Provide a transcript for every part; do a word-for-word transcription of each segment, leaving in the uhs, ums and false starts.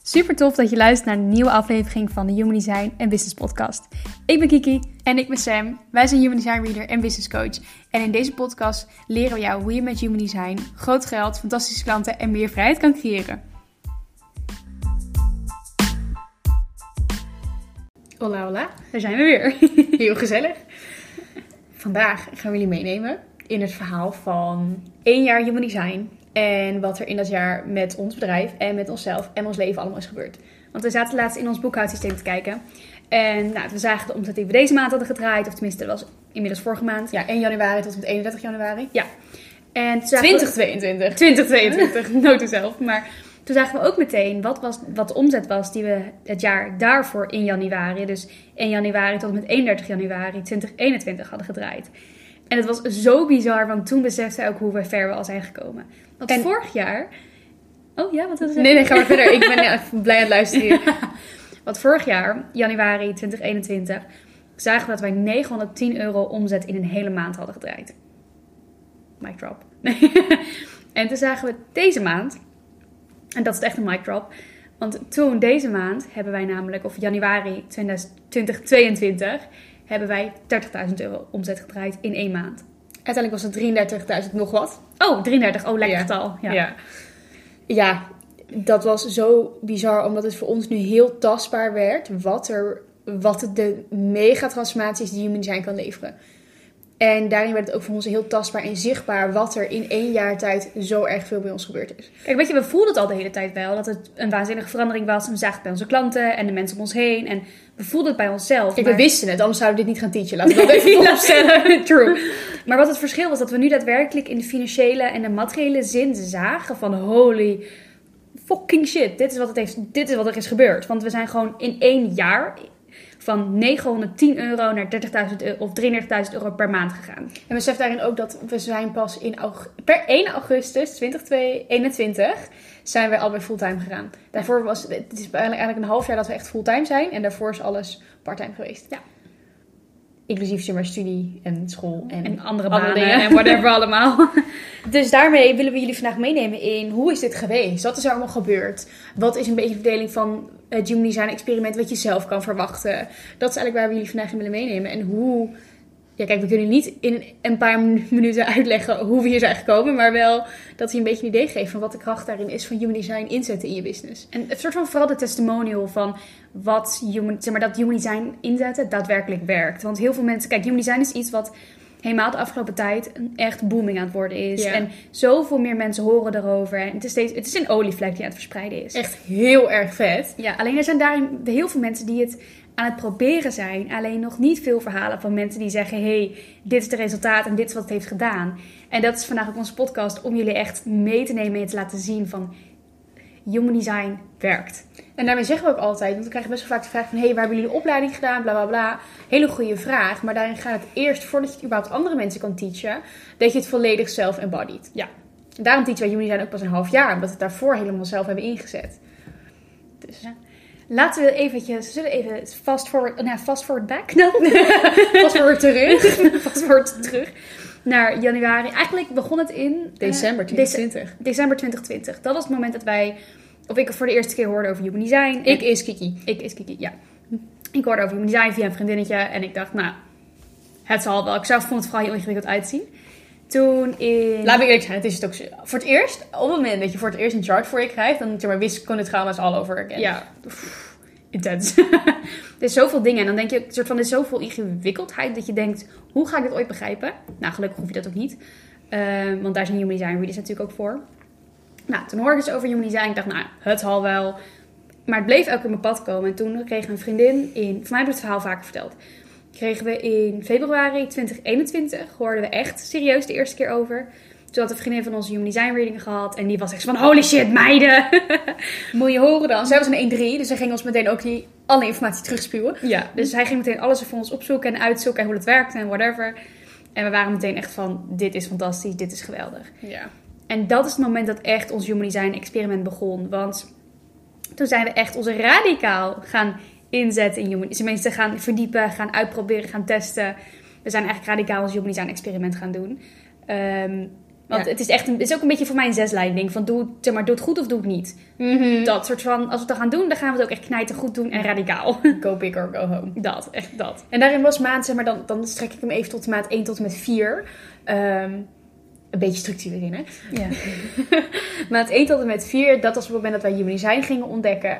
Super tof dat je luistert naar een nieuwe aflevering van de Human Design en Business Podcast. Ik ben Kiki. En ik ben Sam. Wij zijn Human Design Reader en Business Coach. En in deze podcast leren we jou hoe je met Human Design groot geld, fantastische klanten en meer vrijheid kan creëren. Hola, hola. Daar zijn we weer. Heel gezellig. Vandaag gaan we jullie meenemen in het verhaal van één jaar Human Design. En wat er in dat jaar met ons bedrijf en met onszelf en ons leven allemaal is gebeurd. Want we zaten laatst in ons boekhoudsysteem te kijken. En nou, we zagen de omzet die we deze maand hadden gedraaid. Of tenminste, dat was inmiddels vorige maand. Ja, één januari tot en met eenendertig januari. Ja. En twintig tweeëntwintig. twintig tweeëntwintig, note zelf. Maar toen zagen we ook meteen wat, was, wat de omzet was die we het jaar daarvoor in januari. Dus één januari tot en met eenendertig januari twintig eenentwintig hadden gedraaid. En het was zo bizar, want toen besefte ik ook hoe we ver we al zijn gekomen. Want en vorig jaar... Oh ja, wat wil je zeggen? Nee, nee, ga maar verder. Ik ben ja, blij aan het luisteren hier. Want vorig jaar, januari twintig eenentwintig, zagen we dat wij negenhonderdtien euro omzet in een hele maand hadden gedraaid. Mic drop. Nee. En toen zagen we deze maand, en dat is echt een mic drop, want toen deze maand hebben wij namelijk, of januari twintig tweeëntwintig, hebben wij dertigduizend euro omzet gedraaid in één maand. Uiteindelijk was het drieëndertigduizend nog wat. Oh, drieëndertig. Oh, lekker ja. getal. Ja. Ja. ja, dat was zo bizar, omdat het voor ons nu heel tastbaar werd wat, er, wat het de megatransformaties die Human Design kan leveren. En daarin werd het ook voor ons heel tastbaar en zichtbaar wat er in één jaar tijd zo erg veel bij ons gebeurd is. Kijk, weet je, we voelden het al de hele tijd wel, dat het een waanzinnige verandering was. En we zagen het bij onze klanten en de mensen om ons heen. En we voelden het bij onszelf. Kijk, maar... we wisten het, anders zouden we dit niet gaan teachen. Laten we dat even opstellen. True. Maar wat het verschil was, dat we nu daadwerkelijk in de financiële en de materiële zin zagen van holy fucking shit. Dit is wat, het heeft, dit is wat er is gebeurd. Want we zijn gewoon in één jaar van negenhonderdtien euro naar dertigduizend euro of drieëndertigduizend euro per maand gegaan. En besef daarin ook dat we zijn pas in aug- per één augustus twintig eenentwintig zijn we alweer fulltime gegaan. Daarvoor was het is eigenlijk een half jaar dat we echt fulltime zijn. En daarvoor is alles parttime geweest. Ja. Inclusief zeg maar studie en school en, En andere, andere banen dingen. en whatever allemaal. Dus daarmee willen we jullie vandaag meenemen in hoe is dit geweest? Wat is er allemaal gebeurd? Wat is een beetje de verdeling van het Human Design experiment wat je zelf kan verwachten? Dat is eigenlijk waar we jullie vandaag in willen meenemen. En hoe... Ja, kijk, we kunnen niet in een paar minuten uitleggen hoe we hier zijn gekomen. Maar wel dat je een beetje een idee geeft van wat de kracht daarin is van Human Design inzetten in je business. En een soort van vooral de testimonial van wat human, zeg maar, dat Human Design inzetten daadwerkelijk werkt. Want heel veel mensen... Kijk, Human Design is iets wat helemaal de afgelopen tijd echt booming aan het worden is. Ja. En zoveel meer mensen horen erover. En het is, steeds, het is een olievlek die aan het verspreiden is. Echt heel erg vet. Ja, alleen er zijn daarin heel veel mensen die het aan het proberen zijn. Alleen nog niet veel verhalen van mensen die zeggen... hey, dit is het resultaat en dit is wat het heeft gedaan. En dat is vandaag ook onze podcast om jullie echt mee te nemen en te laten zien van... Human Design werkt. En daarmee zeggen we ook altijd, want we krijgen best wel vaak de vraag van... hé, hey, waar hebben jullie de opleiding gedaan? Bla, bla, bla. Hele goede vraag. Maar daarin gaat het eerst, voordat je het überhaupt andere mensen kan teachen... dat je het volledig zelf embodied. Ja. En daarom teachen wij Human Design ook pas een half jaar. Omdat we het daarvoor helemaal zelf hebben ingezet. Dus ja. Laten we eventjes... We zullen even fast forward... Nou, fast forward back dan. Fast forward terug. Fast forward terug. Naar januari. Eigenlijk begon het in... December twintig twintig. Uh, december twintig twintig. Dat was het moment dat wij... Of ik voor de eerste keer hoorde over Human Design. Ik is Kiki. Ik is Kiki, ja. Ik hoorde over Human Design via een vriendinnetje. En ik dacht, nou... Het zal wel. Ik zelf vond het vooral heel ingewikkeld uitzien. Toen in... Laat me eerlijk zijn, het is het ook... Voor het eerst, op het moment dat je voor het eerst een chart voor je krijgt... dan zeg maar, wiskunde trauma's all over again. Ja. Pff, intens. Er is zoveel dingen. En dan denk je, een soort van, er is zoveel ingewikkeldheid dat je denkt... Hoe ga ik dit ooit begrijpen? Nou, gelukkig hoef je dat ook niet. Uh, want daar zijn Human Design readers natuurlijk ook voor. Nou, toen hoorde ik dus over Human Design. Ik dacht, nou, het zal wel. Maar het bleef elke keer op mijn pad komen. En toen kreeg een vriendin in... Voor mij heb ik het verhaal vaker verteld. Kregen we in februari twintig eenentwintig... hoorden we echt serieus de eerste keer over. Toen had een vriendin van ons Human Design reading gehad. En die was echt van, holy shit, meiden. Moet je horen dan. Zij was een één drie. Dus zij ging ons meteen ook die alle informatie terugspuwen. Ja, dus hij ging meteen alles voor ons opzoeken en uitzoeken. En hoe dat werkte en whatever. En we waren meteen echt van, dit is fantastisch, dit is geweldig. Ja. En dat is het moment dat echt ons Human Design experiment begon. Want toen zijn we echt ons radicaal gaan inzetten in Human Design. Tenminste, gaan verdiepen, gaan uitproberen, gaan testen. We zijn eigenlijk radicaal ons Human Design experiment gaan doen. Um, Want Ja. het is echt een, het is ook een beetje voor mij een zeslijn ding. Van doe het, zeg maar, doe het goed of doe het niet. Mm-hmm. Dat soort van, als we het dan gaan doen, dan gaan we het ook echt knijten goed doen en radicaal. Go big or go home. Dat, echt dat. En daarin was maand, zeg maar, dan, dan strek ik hem even tot maand één tot en met vier. Um, een beetje structuur erin, hè? Ja. Maand één tot en met vier, dat was het moment dat wij Human Design gingen ontdekken.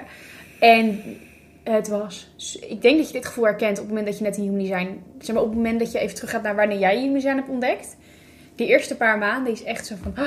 En het was... Ik denk dat je dit gevoel herkent op het moment dat je net een Human Design... Zeg maar, op het moment dat je even terug gaat naar wanneer jij Human Design hebt ontdekt. Die eerste paar maanden is echt zo van...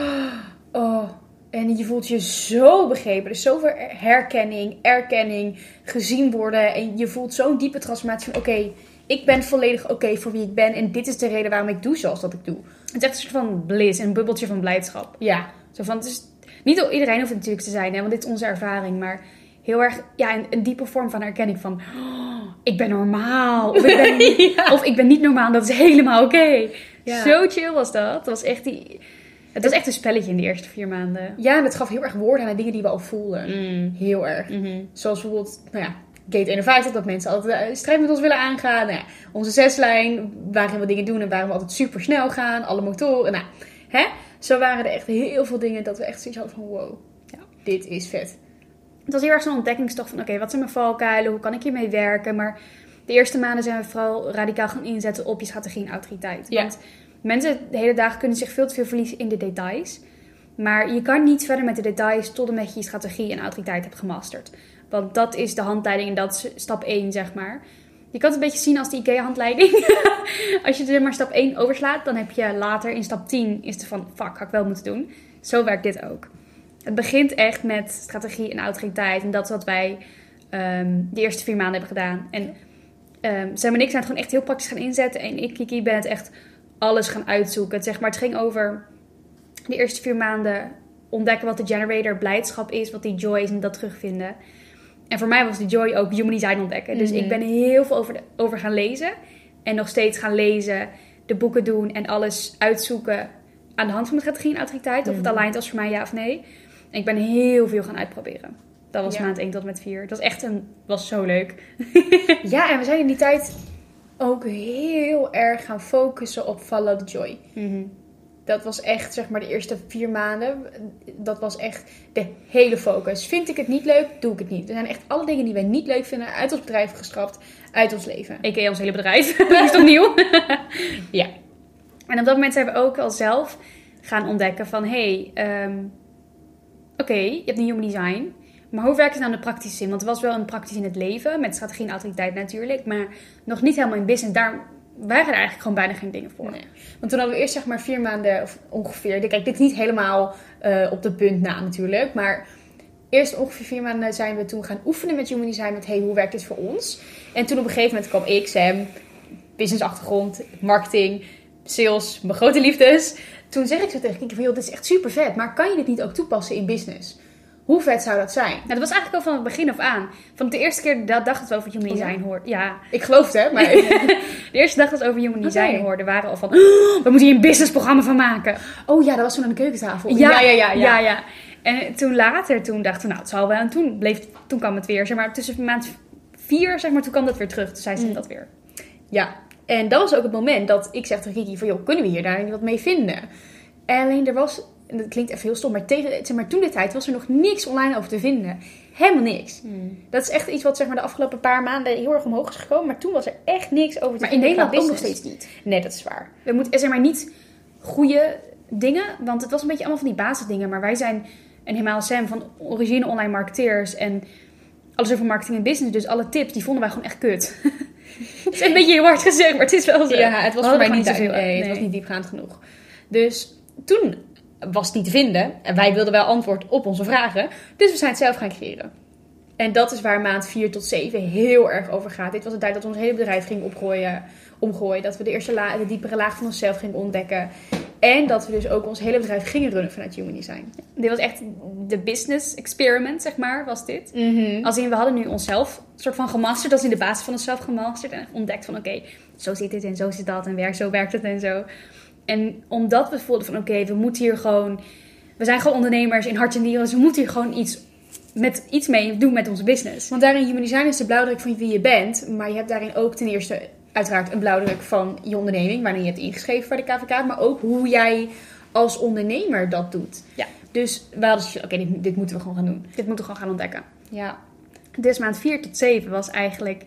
Oh, en je voelt je zo begrepen. Dus zoveel herkenning, erkenning, gezien worden. En je voelt zo'n diepe transformatie van... Oké, okay, ik ben volledig oké okay voor wie ik ben. En dit is de reden waarom ik doe zoals dat ik doe. Het is echt een soort van bliss, een bubbeltje van blijdschap. Ja. Zo van, het is, niet iedereen hoeft het natuurlijk te zijn, hè, want dit is onze ervaring. Maar heel erg, ja, een, een diepe vorm van herkenning van... Oh, ik ben normaal. Of ik ben, ja. of ik ben niet normaal, dat is helemaal oké. Okay. Ja. Zo chill was dat. Het was echt die... Het was echt een spelletje in de eerste vier maanden. Ja, en het gaf heel erg woorden aan de dingen die we al voelden. Mm. Heel erg. Mm-hmm. Zoals bijvoorbeeld, nou ja, Gate eenenvijftig, dat mensen altijd de strijd met ons willen aangaan. Nou ja, onze zeslijn, waarin we dingen doen en waarin we altijd super snel gaan. Alle motoren, nou, hè. Zo waren er echt heel veel dingen dat we echt zoiets hadden van, wow, ja, dit is vet. Het was heel erg zo'n ontdekkingstocht van, oké, okay, wat zijn mijn valkuilen? Hoe kan ik hiermee werken? Maar de eerste maanden zijn we vooral radicaal gaan inzetten op je strategie en autoriteit. Ja. Want mensen de hele dag kunnen zich veel te veel verliezen in de details. Maar je kan niet verder met de details tot en met je strategie en autoriteit hebt gemasterd. Want dat is de handleiding en dat is stap één, zeg maar. Je kan het een beetje zien als de IKEA-handleiding. Als je er maar stap één overslaat, dan heb je later in stap tien is het van, fuck, had ik wel moeten doen. Zo werkt dit ook. Het begint echt met strategie en autoriteit. En dat is wat wij um, de eerste vier maanden hebben gedaan. En um, Sam en ik zijn het gewoon echt heel praktisch gaan inzetten. En ik, Kiki, ben het echt alles gaan uitzoeken. Het, zeg maar, het ging over de eerste vier maanden ontdekken wat de generator blijdschap is. Wat die joy is en dat terugvinden. En voor mij was de joy ook human design ontdekken. Dus mm-hmm. ik ben heel veel over, de, over gaan lezen. En nog steeds gaan lezen, de boeken doen en alles uitzoeken aan de hand van de strategie en autoriteit. Mm-hmm. Of het aligned was voor mij ja of nee. En ik ben heel veel gaan uitproberen. Dat was ja. maand één tot met vier. Dat was echt een, was zo leuk. Ja, en we zijn in die tijd ook heel erg gaan focussen op follow the joy. Mm-hmm. Dat was echt, zeg maar, de eerste vier maanden. Dat was echt de hele focus. Vind ik het niet leuk, doe ik het niet. Er zijn echt alle dingen die wij niet leuk vinden uit ons bedrijf geschrapt, uit ons leven. A K A ons hele bedrijf. Dat is opnieuw. Ja. En op dat moment zijn we ook al zelf gaan ontdekken van... Hé, hey, um, oké, okay, je hebt een human design. Maar hoe werkt het nou in de praktische zin? Want het was wel een praktisch in het leven. Met strategie en autoriteit natuurlijk. Maar nog niet helemaal in business. Daar waren er eigenlijk gewoon bijna geen dingen voor. Nee. Want toen hadden we eerst zeg maar vier maanden of ongeveer... Kijk, dit is niet helemaal uh, op de punt na natuurlijk. Maar eerst ongeveer vier maanden zijn we toen gaan oefenen met human design. Met hey, hoe werkt dit voor ons? En toen op een gegeven moment kwam ik, Sam... Business-achtergrond, marketing, sales, mijn grote liefdes. Toen zeg ik zo tegen Kiki van... joh, dit is echt super vet. Maar kan je dit niet ook toepassen in business? Hoe vet zou dat zijn? Nou, dat was eigenlijk al van het begin af aan. Van de eerste keer dat dacht het over human design oh, ja? hoorde. Ja. Ik geloof het, hè? Maar... de eerste dag dat we over human design okay. hoorden, waren al van... Oh, we moeten hier een businessprogramma van maken. Oh ja, dat was toen aan de keukentafel. Ja, ja, ja. ja, ja. ja, ja. En toen later, toen dachten we, nou, het zal wel. En toen, bleef, toen kwam het weer. Zeg maar, tussen maand vier, zeg maar, toen kwam dat weer terug. Toen zei ze mm. dat weer. Ja, en dat was ook het moment dat ik zeg tegen Kiki van... joh, kunnen we hier daar wat mee vinden? En alleen er was... En dat klinkt even heel stom, maar, tegen, zeg maar toen de tijd was er nog niks online over te vinden. Helemaal niks. Hmm. Dat is echt iets wat zeg maar, de afgelopen paar maanden heel erg omhoog is gekomen. Maar toen was er echt niks over te maar vinden. Maar in Nederland ook nog steeds niet. Nee, dat is waar. We moeten zeg maar niet goede dingen, want het was een beetje allemaal van die basisdingen. Maar wij zijn, en helemaal Sam, van origine online marketeers en alles over marketing en business. Dus alle tips, die vonden wij gewoon echt kut. Het is een beetje heel hard gezegd, maar het is wel zo. Ja, het was voor mij niet zoveel. Nee, nee, het was niet diepgaand genoeg. Dus toen... was het niet te vinden. En wij wilden wel antwoord op onze vragen. Dus we zijn het zelf gaan creëren. En dat is waar maand vier tot zeven heel erg over gaat. Dit was de tijd dat ons hele bedrijf ging opgooien, omgooien. Dat we de eerste la- de diepere laag van onszelf gingen ontdekken. En dat we dus ook ons hele bedrijf gingen runnen vanuit human design. Ja, dit was echt de business experiment, zeg maar, was dit. Mm-hmm. Als in, we hadden nu onszelf soort van gemasterd. Dat is in de basis van onszelf gemasterd. En ontdekt van, oké, okay, zo zit dit en zo zit dat. En werkt, zo werkt het en zo. En omdat we voelden van oké, okay, we moeten hier gewoon... We zijn gewoon ondernemers in hart en nieren. Dus we moeten hier gewoon iets, met, iets mee doen met onze business. Want daarin human design is de blauwdruk van wie je bent. Maar je hebt daarin ook ten eerste uiteraard een blauwdruk van je onderneming. Wanneer je hebt ingeschreven voor de K V K. Maar ook hoe jij als ondernemer dat doet. Ja. Dus we hadden zoiets van, oké, dit, dit moeten we gewoon gaan doen. Dit moeten we gewoon gaan ontdekken. Ja. Dus maand vier tot zeven was eigenlijk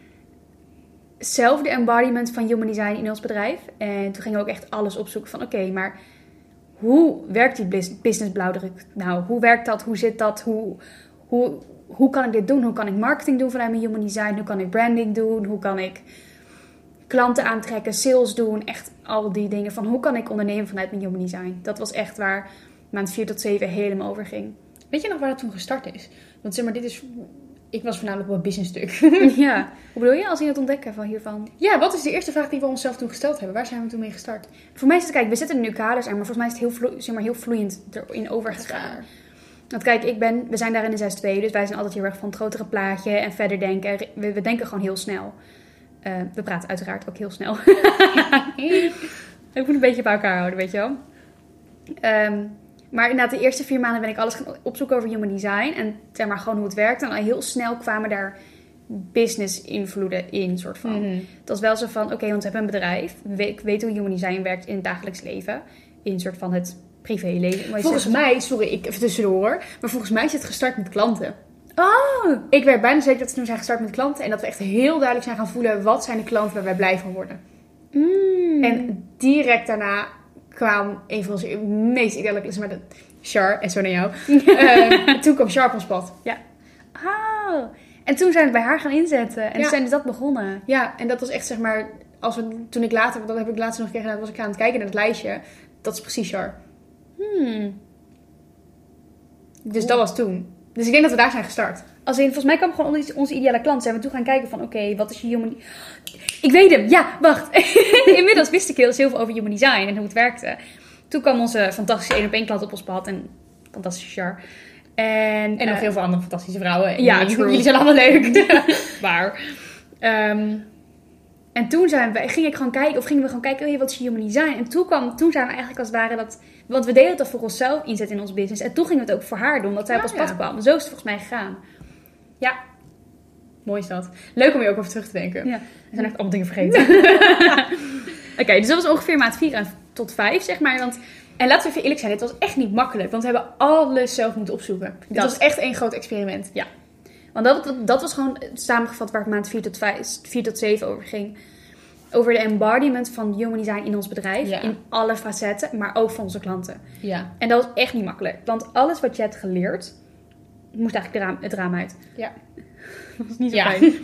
zelf de embodiment van human design in ons bedrijf. En toen gingen we ook echt alles opzoeken van oké, okay, maar hoe werkt die business blauwdruk nou? Hoe werkt dat? Hoe zit dat? Hoe, hoe, hoe kan ik dit doen? Hoe kan ik marketing doen vanuit mijn human design? Hoe kan ik branding doen? Hoe kan ik klanten aantrekken, sales doen? Echt al die dingen van hoe kan ik ondernemen vanuit mijn human design? Dat was echt waar maand vier tot zeven helemaal over ging. Weet je nog waar dat toen gestart is? Want zeg maar, dit is... Ik was voornamelijk op een business stuk. Ja. Hoe bedoel je als in het ontdekken van hiervan? Ja, wat is de eerste vraag die we onszelf toen gesteld hebben? Waar zijn we toen mee gestart? Voor mij is het, kijk, we zitten nu kaders aan, maar volgens mij is het heel, vlo- zeg maar, heel vloeiend erin overgegaan. Want kijk, ik ben, we zijn daar in de zes twee, dus wij zijn altijd heel erg van het grotere plaatje en verder denken. We, we denken gewoon heel snel. Uh, we praten uiteraard ook heel snel. Ik moet een beetje bij elkaar houden, weet je wel. Um, Maar inderdaad, de eerste vier maanden ben ik alles gaan opzoeken over human design. En zeg maar gewoon hoe het werkt. En al heel snel kwamen daar business invloeden in, soort van. Mm-hmm. Het was wel zo van, oké, okay, want we hebben een bedrijf. Ik weet hoe human design werkt in het dagelijks leven. In soort van het privéleven. Volgens mij, sorry, ik even tussendoor. Maar volgens mij is het gestart met klanten. Oh! Ik weet bijna zeker dat we toen zijn gestart met klanten. En dat we echt heel duidelijk zijn gaan voelen, wat zijn de klanten waar wij blij van worden. Mm. En direct daarna kwam een van onze meest ideale maar de Char, en zo naar jou. uh, toen kwam Char op ons pad. Ja. Oh. En toen zijn we bij haar gaan inzetten. En ja. toen zijn we dat begonnen. Ja, en dat was echt zeg maar, als we, toen ik later, dat heb ik laatst nog een keer gedaan, was ik aan het kijken naar het lijstje. Dat is precies Char. Hmm. Dus cool. Dat was toen. Dus ik denk dat we daar zijn gestart. Als in, volgens mij kwam gewoon onze, onze ideale klant. Zijn we toen gaan kijken van, oké, okay, wat is je human... Ik weet hem, ja, wacht. Inmiddels wist ik heel veel over human design en hoe het werkte. Toen kwam onze fantastische één op één klant op ons pad. En fantastische Char. En, en nog uh, heel veel andere fantastische vrouwen. Ja, jullie, jullie zijn allemaal leuk. Waar. Um, en toen zijn we, ging ik gewoon kijken, of gingen we gewoon kijken, oh, wat is je human design? En toen, kwam, toen zijn we eigenlijk als het ware dat... Want we deden het al voor onszelf inzetten in ons business. En toen gingen we het ook voor haar doen, omdat zij ja, op ons pad ja. kwam. Zo is het volgens mij gegaan. Ja. Mooi is dat. Leuk om je ook over terug te denken. Ja. We zijn echt allemaal dingen vergeten. Oké, okay, dus dat was ongeveer maand vier tot vijf, zeg maar. Want, en laten we even eerlijk zijn, dit was echt niet makkelijk. Want we hebben alles zelf moeten opzoeken. Dit dat. was echt één groot experiment. Ja. Want dat, dat, dat was gewoon samengevat waar het maand vier tot vijf, vier tot zeven over ging. Over de embodiment van human design in ons bedrijf. Ja. In alle facetten, maar ook van onze klanten. Ja. En dat was echt niet makkelijk. Want alles wat je hebt geleerd, moest eigenlijk het raam, het raam uit. Ja. Dat was niet zo ja. fijn.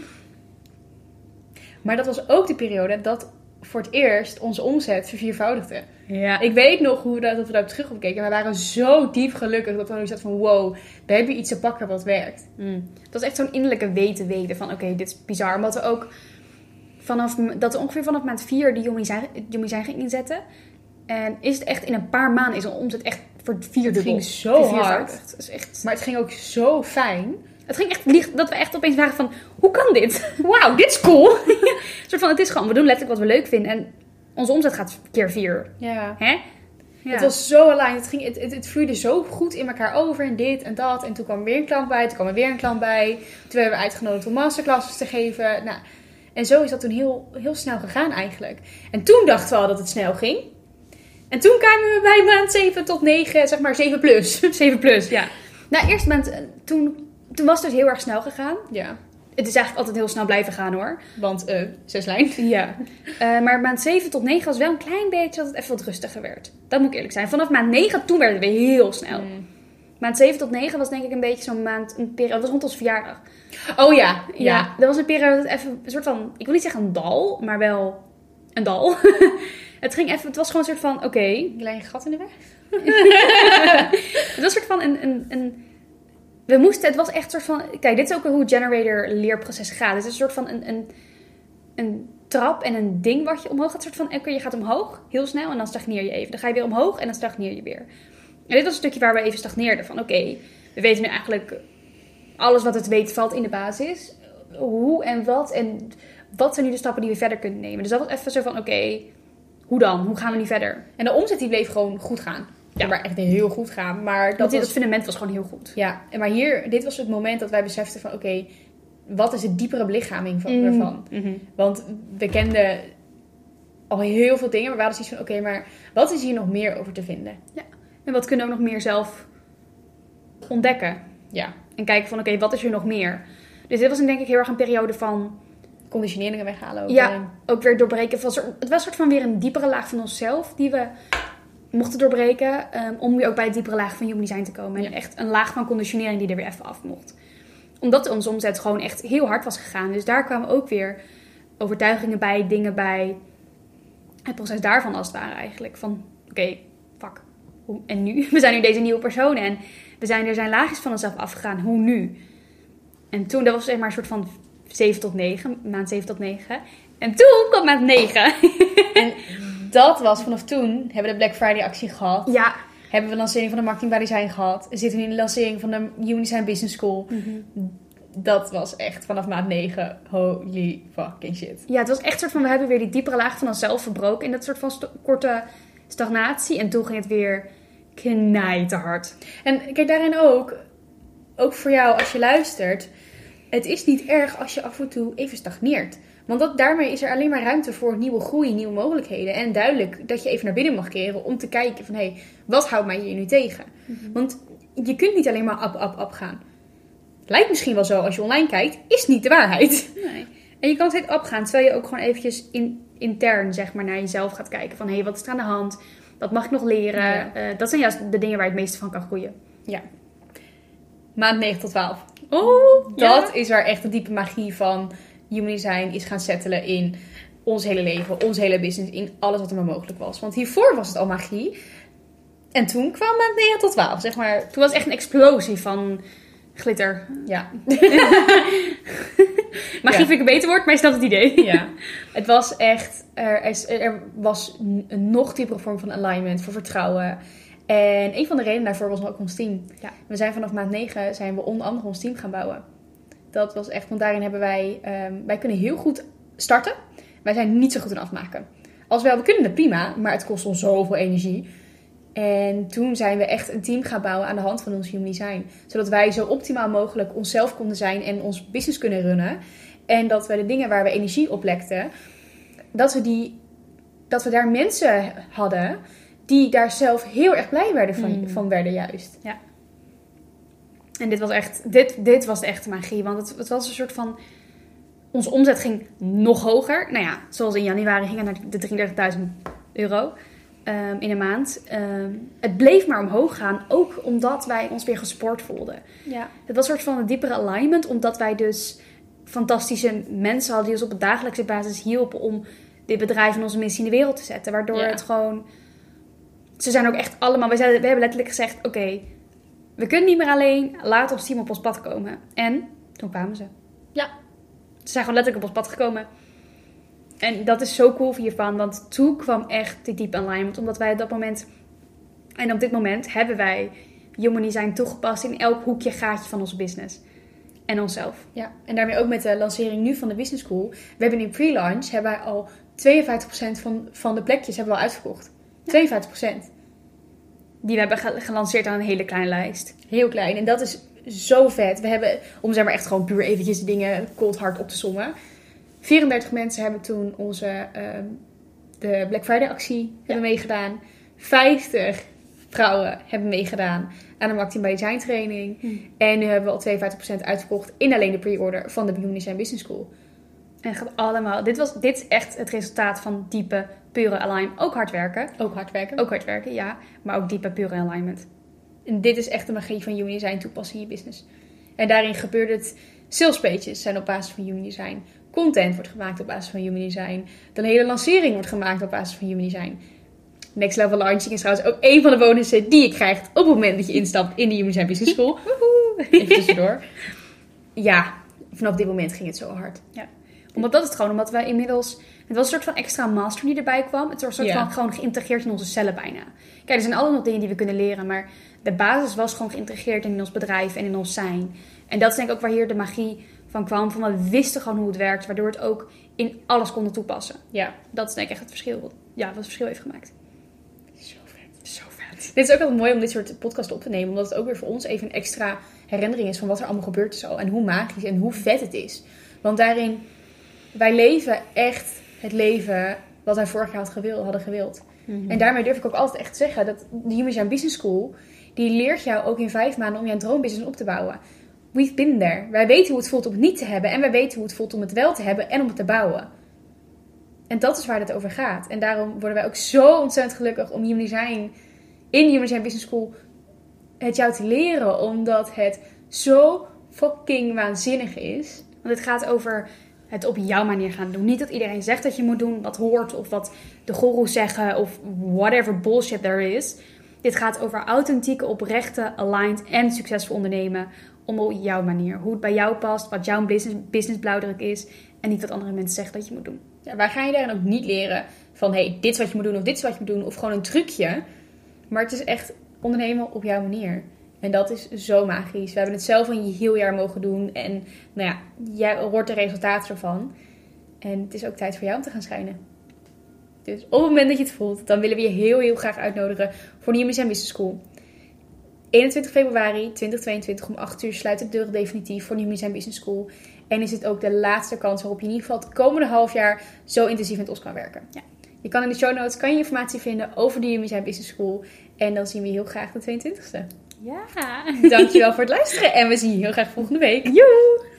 Maar dat was ook de periode dat voor het eerst onze omzet verviervoudigde. Ja. Ik weet nog hoe we, dat, dat we daarop terug hebben gekeken. We waren zo diep gelukkig dat we nu zaten van wow, we hebben iets te pakken wat werkt. Mm. Dat was echt zo'n innerlijke weten weten van oké, okay, dit is bizar. Omdat we ook vanaf, dat we ongeveer vanaf maand vier de human design, human design gingen inzetten. En is het echt in een paar maanden is onze omzet echt voor vier Het ging zo hard. Het is echt... Maar het ging ook zo fijn. Het ging echt dat we echt opeens waren van, hoe kan dit? Wauw, dit is cool. Een soort van, het is gewoon, we doen letterlijk wat we leuk vinden. En onze omzet gaat keer vier. Ja. Hè? Ja. Het was zo aligned. Het, ging, het, het, het vloeide zo goed in elkaar over. En dit en dat. En toen kwam weer een klant bij. Toen kwam er weer een klant bij. Toen werden we uitgenodigd om masterclasses te geven. Nou, en zo is dat toen heel, heel snel gegaan eigenlijk. En toen dachten we al dat het snel ging. En toen kwamen we bij maand zeven tot negen, zeg maar zeven plus. zeven plus, ja. Nou, eerst maand, toen... Toen was het dus heel erg snel gegaan. Ja. Het is eigenlijk altijd heel snel blijven gaan hoor. Want uh, zes lijn. Ja. Uh, maar maand zeven tot negen was wel een klein beetje dat het even wat rustiger werd. Dat moet ik eerlijk zijn. Vanaf maand negen, toen werden we heel snel. Mm. Maand zeven tot negen was denk ik een beetje zo'n maand, een periode, dat was rond onze verjaardag. Oh ja. Ja. Ja. Dat was een periode dat even een soort van, ik wil niet zeggen een dal, maar wel een dal. Het ging even, het was gewoon een soort van, oké. Okay. Klein gat in de weg. Het was een soort van een... een, een We moesten, het was echt een soort van... Kijk, dit is ook hoe het generator leerproces gaat. Het is een soort van een, een, een trap en een ding wat je omhoog gaat. Een soort van, oké, je gaat omhoog, heel snel, en dan stagneer je even. Dan ga je weer omhoog en dan stagneer je weer. En dit was een stukje waar we even stagneerden. Van oké, okay, we weten nu eigenlijk... Alles wat het weet valt in de basis. Hoe en wat en wat zijn nu de stappen die we verder kunnen nemen. Dus dat was even zo van, oké, okay, hoe dan? Hoe gaan we nu verder? En de omzet die bleef gewoon goed gaan. Ja, maar echt heel goed gaan. Maar dat, Want dit, was... het fundament was gewoon heel goed. Ja, maar hier, dit was het moment dat wij beseften van... Oké, okay, wat is de diepere belichaming van, mm. ervan? Mm-hmm. Want we kenden al heel veel dingen. Maar we hadden zoiets van, oké, okay, maar wat is hier nog meer over te vinden? Ja. En wat kunnen we ook nog meer zelf ontdekken? Ja. En kijken van, oké, okay, wat is er nog meer? Dus dit was een, denk ik heel erg een periode van... conditioneringen weghalen. Ook ja, erin. ook weer doorbreken. Van, het was een soort van weer een diepere laag van onszelf die we mochten doorbreken. Um, om weer ook bij het diepere laag van human design te komen. En ja. echt een laag van conditionering die er weer even af mocht. Omdat onze omzet gewoon echt heel hard was gegaan. Dus daar kwamen ook weer overtuigingen bij, dingen bij. Het proces daarvan als het ware eigenlijk. Van, oké, okay, fuck. Hoe, en nu? We zijn nu deze nieuwe personen. En we zijn, er zijn laagjes van onszelf afgegaan. Hoe nu? En toen, dat was zeg maar een soort van zeven tot negen. Maand zeven tot negen. En toen kwam maand negen. En dat was vanaf toen. Hebben we de Black Friday actie gehad. Ja. Hebben we de lancering van de Marketing by Design gehad. Zitten we in de lancering van de Human Design Business School. Mm-hmm. Dat was echt vanaf maand negen. Holy fucking shit. Ja, het was echt een soort van... We hebben weer die diepere laag van onszelf verbroken. In dat soort van st- korte stagnatie. En toen ging het weer knijten hard. En kijk, daarin ook... Ook voor jou als je luistert... Het is niet erg als je af en toe even stagneert. Want dat, daarmee is er alleen maar ruimte voor nieuwe groei, nieuwe mogelijkheden. En duidelijk dat je even naar binnen mag keren om te kijken van... Hé, hey, wat houdt mij hier nu tegen? Mm-hmm. Want je kunt niet alleen maar up, up, up gaan. Lijkt misschien wel zo als je online kijkt, is niet de waarheid. Nee. En je kan steeds up gaan, terwijl je ook gewoon eventjes in, intern zeg maar, naar jezelf gaat kijken. Van, hé, hey, wat is er aan de hand? Wat mag ik nog leren? Ja. Uh, dat zijn juist de dingen waar je het meeste van kan groeien. Ja. Maand negen tot twaalf. Oh, dat ja. is waar echt de diepe magie van human design is gaan settelen in ons hele leven, ons hele business, in alles wat er maar mogelijk was. Want hiervoor was het al magie. En toen kwam maand negen tot twaalf, zeg maar. Toen was echt een explosie van glitter. Ja. Magie ja. vind ik een beter woord, maar je snapt het idee. Ja. Het was echt, er, is, er was een nog diepere vorm van alignment, voor vertrouwen. En een van de redenen daarvoor was ook ons team. Ja. We zijn vanaf maand negen zijn we onder andere ons team gaan bouwen. Dat was echt, want daarin hebben wij, um, wij kunnen heel goed starten. Wij zijn niet zo goed in afmaken. Als wel, we kunnen het prima, maar het kost ons zoveel energie. En toen zijn we echt een team gaan bouwen aan de hand van ons human design. Zodat wij zo optimaal mogelijk onszelf konden zijn en ons business kunnen runnen. En dat we de dingen waar we energie op lekten, dat we, die, dat we daar mensen hadden die daar zelf heel erg blij werden van, mm. van werden juist. Ja. En dit was echt, dit, dit was de echte magie. Want het, het was een soort van, onze omzet ging nog hoger. Nou ja, zoals in januari ging het naar de drieëndertigduizend euro um, in een maand. Um, het bleef maar omhoog gaan, ook omdat wij ons weer gesport voelden. Ja. Het was een soort van een diepere alignment, omdat wij dus fantastische mensen hadden die ons op een dagelijkse basis hielpen om dit bedrijf en onze missie in de wereld te zetten. Waardoor ja. het gewoon... Ze zijn ook echt allemaal... We, zeiden, we hebben letterlijk gezegd... Oké, okay, we kunnen niet meer alleen. Laat ons team op ons pad komen. En toen kwamen ze. Ja. Ze zijn gewoon letterlijk op ons pad gekomen. En dat is zo cool hiervan. Want toen kwam echt die deep alignment. Omdat wij op dat moment... En op dit moment hebben wij human design toegepast in elk hoekje gaatje van onze business. En onszelf. Ja, en daarmee ook met de lancering nu van de Business School. We hebben in pre-launch hebben wij al tweeënvijftig procent van, van de plekjes hebben we al uitverkocht. tweeënvijftig procent. Die we hebben gelanceerd aan een hele kleine lijst. Heel klein. En dat is zo vet. We hebben, om zeg maar echt gewoon puur eventjes de dingen cold hard op te sommen. vierendertig mensen hebben toen onze uh, de Black Friday actie ja. hebben meegedaan. vijftig vrouwen hebben meegedaan aan de Marketing by Design training. Hmm. En nu hebben we al tweeënvijftig procent uitverkocht in alleen de pre-order van de Human Design Business School. En het gaat allemaal... Dit, was, dit is echt het resultaat van diepe, pure alignment. Ook hard werken. Ook hard werken. Ook hard werken, ja. Maar ook diepe, pure alignment. En dit is echt de magie van Human Design toepassen in je business. En daarin gebeurt het... Sales pages zijn op basis van Human Design. Content wordt gemaakt op basis van Human Design. De hele lancering wordt gemaakt op basis van Human Design. Next Level Launching is trouwens ook een van de bonussen die je krijgt op het moment dat je instapt in de Human Design Business School. Even tussendoor. Ja, vanaf dit moment ging het zo hard. Ja. Omdat dat is het gewoon, omdat we inmiddels... Het was een soort van extra master die erbij kwam. Het was een soort ja. van gewoon geïntegreerd in onze cellen bijna. Kijk, er zijn altijd nog dingen die we kunnen leren. Maar de basis was gewoon geïntegreerd in ons bedrijf en in ons zijn. En dat is denk ik ook waar hier de magie van kwam. Van we wisten gewoon hoe het werkt. Waardoor we het ook in alles konden toepassen. Ja. Dat is denk ik echt het verschil. Ja, wat het verschil heeft gemaakt. Zo vet. Zo vet. Dit is ook altijd mooi om dit soort podcast op te nemen. Omdat het ook weer voor ons even een extra herinnering is van wat er allemaal gebeurd is al. En hoe magisch en hoe vet het is. Want daarin... Wij leven echt het leven wat wij vorig jaar had gewil, hadden gewild. Mm-hmm. En daarmee durf ik ook altijd echt te zeggen dat de Human Design Business School, die leert jou ook in vijf maanden om jouw droombusiness op te bouwen. We've been there. Wij weten hoe het voelt om het niet te hebben en wij weten hoe het voelt om het wel te hebben en om het te bouwen. En dat is waar het over gaat. En daarom worden wij ook zo ontzettend gelukkig om Human Design in Human Design Business School het jou te leren, omdat het zo fucking waanzinnig is. Want het gaat over het op jouw manier gaan doen. Niet dat iedereen zegt dat je moet doen, wat hoort of wat de goeroes zeggen of whatever bullshit there is. Dit gaat over authentieke, oprechte, aligned en succesvol ondernemen om op jouw manier. Hoe het bij jou past, wat jouw business, business blauwdruk is en niet wat andere mensen zeggen dat je moet doen. Ja, wij gaan je daarin ook niet leren van hey, dit is wat je moet doen of dit is wat je moet doen of gewoon een trucje. Maar het is echt ondernemen op jouw manier. En dat is zo magisch. We hebben het zelf een heel jaar mogen doen. En nou ja, jij hoort de resultaten ervan. En het is ook tijd voor jou om te gaan schijnen. Dus op het moment dat je het voelt, dan willen we je heel, heel graag uitnodigen voor de Human Design Business School. eenentwintig februari tweeduizend tweeëntwintig om acht uur sluit de deuren definitief voor de Human Design Business School. En is het ook de laatste kans waarop je in ieder geval het komende half jaar zo intensief met ons kan werken. Ja. Je kan in de show notes kan je informatie vinden over de Human Design Business School. En dan zien we je heel graag de tweeëntwintigste. Ja. Dankjewel voor het luisteren en we zien je heel graag volgende week. Joe!